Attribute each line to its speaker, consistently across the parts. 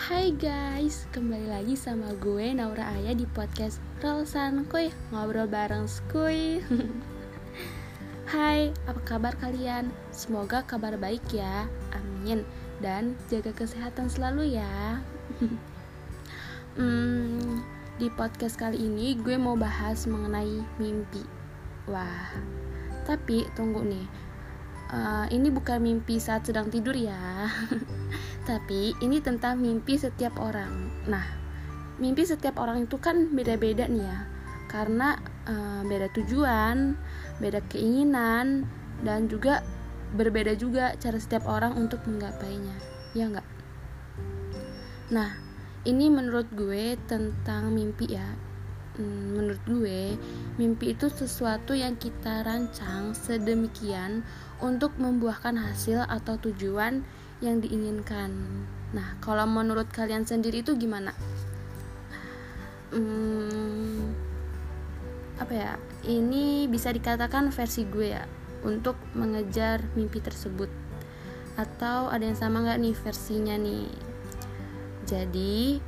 Speaker 1: Hai guys, kembali lagi sama gue Naura Aya di podcast Rolsan Kuy, ngobrol bareng skuy. Hai, apa kabar kalian? Semoga kabar baik ya, amin. Dan jaga kesehatan selalu ya. Di podcast kali ini gue mau bahas mengenai mimpi. Wah, tapi tunggu nih, ini bukan mimpi saat sedang tidur ya. Tapi ini tentang mimpi setiap orang. Nah, mimpi setiap orang itu kan beda-beda nih ya, karena beda tujuan, beda keinginan, dan juga berbeda juga cara setiap orang untuk menggapainya, ya enggak? Nah, ini menurut gue tentang mimpi ya. Menurut gue, mimpi itu sesuatu yang kita rancang sedemikian untuk membuahkan hasil atau tujuan yang diinginkan. Nah, kalau menurut kalian sendiri itu gimana? Ini bisa dikatakan versi gue ya untuk mengejar mimpi tersebut. Atau ada yang sama nggak nih versinya nih? Jadi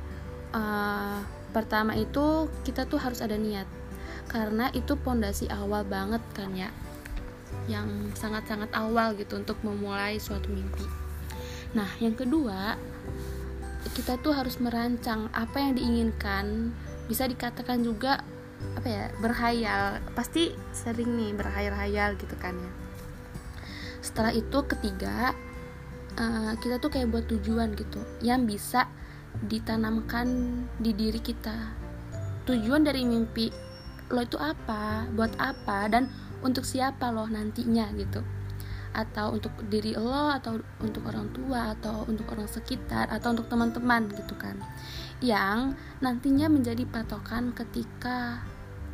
Speaker 1: pertama itu kita tuh harus ada niat, karena itu pondasi awal banget kan ya, yang sangat-sangat awal gitu untuk memulai suatu mimpi. Nah, yang kedua, kita tuh harus merancang apa yang diinginkan. Bisa dikatakan juga berhayal. Pasti sering nih berhayal-hayal gitu kan ya. Setelah itu ketiga, kita tuh kayak buat tujuan gitu yang bisa ditanamkan di diri kita. Tujuan dari mimpi lo itu apa, buat apa, dan untuk siapa lo nantinya gitu. Atau untuk diri lo, atau untuk orang tua, atau untuk orang sekitar, atau untuk teman-teman gitu kan, yang nantinya menjadi patokan ketika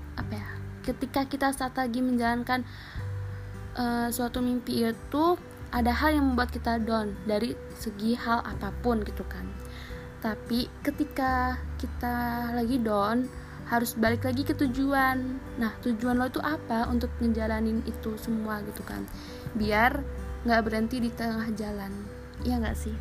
Speaker 1: kita saat lagi menjalankan suatu mimpi itu ada hal yang membuat kita down dari segi hal apapun gitu kan. Tapi ketika kita lagi down, harus balik lagi ke tujuan. Nah, tujuan lo itu apa untuk ngejalanin itu semua gitu kan, biar gak berhenti di tengah jalan, iya gak sih?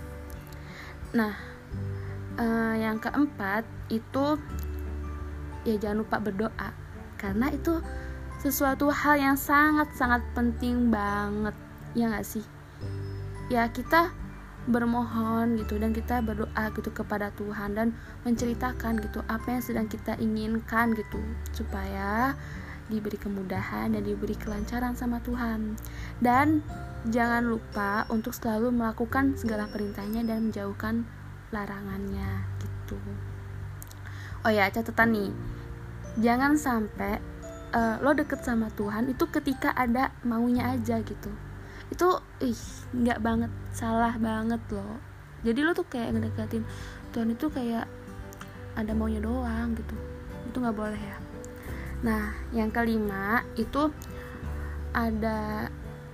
Speaker 1: Nah, yang keempat itu ya jangan lupa berdoa, karena itu sesuatu hal yang sangat-sangat penting banget, ya gak sih? Ya, kita bermohon gitu, dan kita berdoa gitu kepada Tuhan, dan menceritakan gitu apa yang sedang kita inginkan gitu, supaya diberi kemudahan dan diberi kelancaran sama Tuhan. Dan jangan lupa untuk selalu melakukan segala perintahnya dan menjauhkan larangannya gitu. Oh ya, catatan nih, jangan sampai lo deket sama Tuhan itu ketika ada maunya aja gitu. Itu nggak banget, salah banget loh. Jadi lo tuh kayak ngedeketin Tuhan itu kayak ada maunya doang gitu, itu nggak boleh ya. Nah, yang kelima itu ada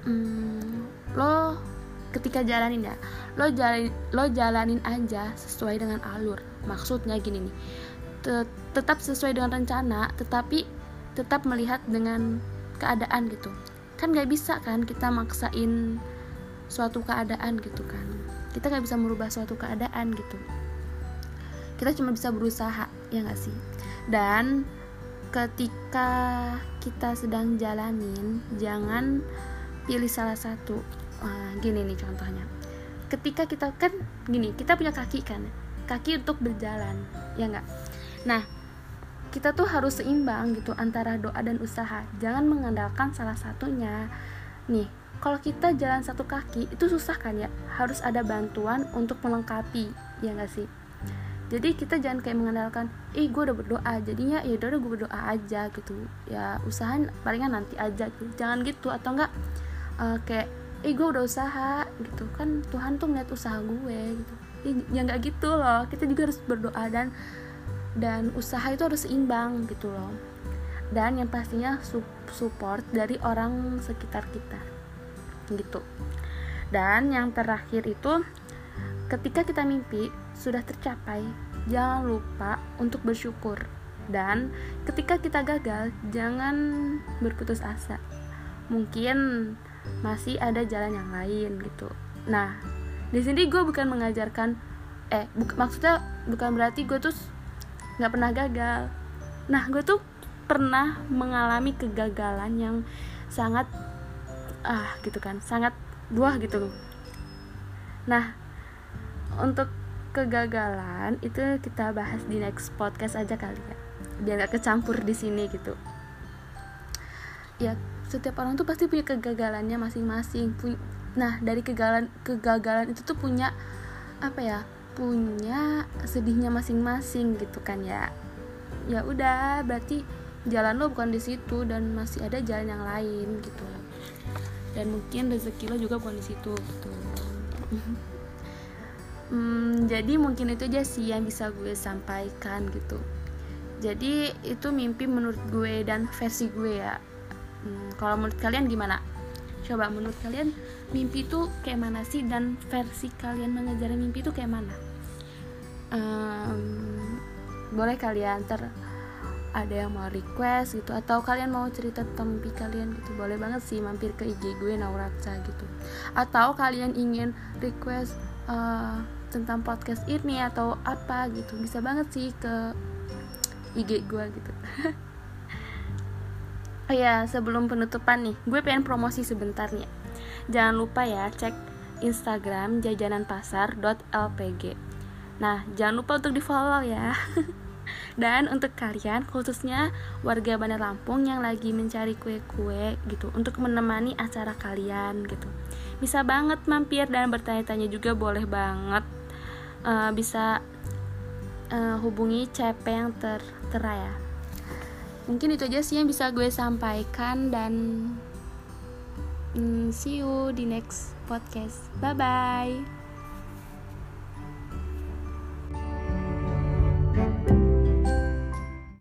Speaker 1: lo ketika jalanin ya, lo jalanin aja sesuai dengan alur. Maksudnya gini nih, tetap sesuai dengan rencana, tetapi tetap melihat dengan keadaan gitu. Kan gak bisa kan kita maksain suatu keadaan gitu kan. Kita gak bisa merubah suatu keadaan gitu. Kita cuma bisa berusaha, ya gak sih? Dan ketika kita sedang jalanin, jangan pilih salah satu. Gini nih contohnya, ketika kita kan gini, kita punya kaki kan, kaki untuk berjalan, ya gak? Nah, kita tuh harus seimbang gitu antara doa dan usaha. Jangan mengandalkan salah satunya. Nih, kalau kita jalan satu kaki itu susah kan ya, harus ada bantuan untuk melengkapi, ya gak sih? Jadi kita jangan kayak mengandalkan, gue udah berdoa, jadinya ya udah gue berdoa aja gitu. Ya usahain palingan nanti aja gitu. Jangan gitu, atau enggak kayak gue udah usaha gitu. Kan Tuhan tuh ngeliat usaha gue gitu. Ya enggak gitu loh. Kita juga harus berdoa dan usaha itu harus seimbang gitu loh. Dan yang pastinya support dari orang sekitar kita gitu. Dan yang terakhir itu, ketika kita mimpi sudah tercapai, jangan lupa untuk bersyukur. Dan ketika kita gagal, jangan berputus asa. Mungkin masih ada jalan yang lain gitu. Nah, di sini gue bukan mengajarkan maksudnya bukan berarti gue tuh nggak pernah gagal. Nah, gue tuh pernah mengalami kegagalan yang sangat gitu kan, sangat buah gitu. Nah, untuk kegagalan itu kita bahas di next podcast aja kali ya, biar nggak kecampur di sini gitu. Ya, setiap orang tuh pasti punya kegagalannya masing-masing. Nah, dari kegagalan itu tuh punya punya sedihnya masing-masing gitu kan ya. Ya udah, berarti jalan lo bukan di situ dan masih ada jalan yang lain gitu. Dan mungkin rezeki lo juga bukan di situ gitu. Jadi mungkin itu aja sih yang bisa gue sampaikan gitu. Jadi itu mimpi menurut gue dan versi gue ya. Kalau menurut kalian gimana? Coba menurut kalian mimpi itu kayak mana sih, dan versi kalian mengejar mimpi itu kayak mana? Boleh kalian ada yang mau request gitu, atau kalian mau cerita tentang mimpi kalian gitu, boleh banget sih mampir ke IG gue Nauratsa gitu. Atau kalian ingin request tentang podcast ini atau apa gitu, bisa banget sih ke IG gue gitu. Oh ya, sebelum penutupan nih, gue pengen promosi sebentar nih. Jangan lupa ya cek Instagram jajananpasar.lpg. Nah, jangan lupa untuk di-follow ya. Dan untuk kalian, khususnya warga Bandar Lampung yang lagi mencari kue-kue gitu, untuk menemani acara kalian gitu, bisa banget mampir dan bertanya-tanya juga, boleh banget. Bisa hubungi CP yang tertera ya. Mungkin itu aja sih yang bisa gue sampaikan, dan see you di next podcast. Bye bye.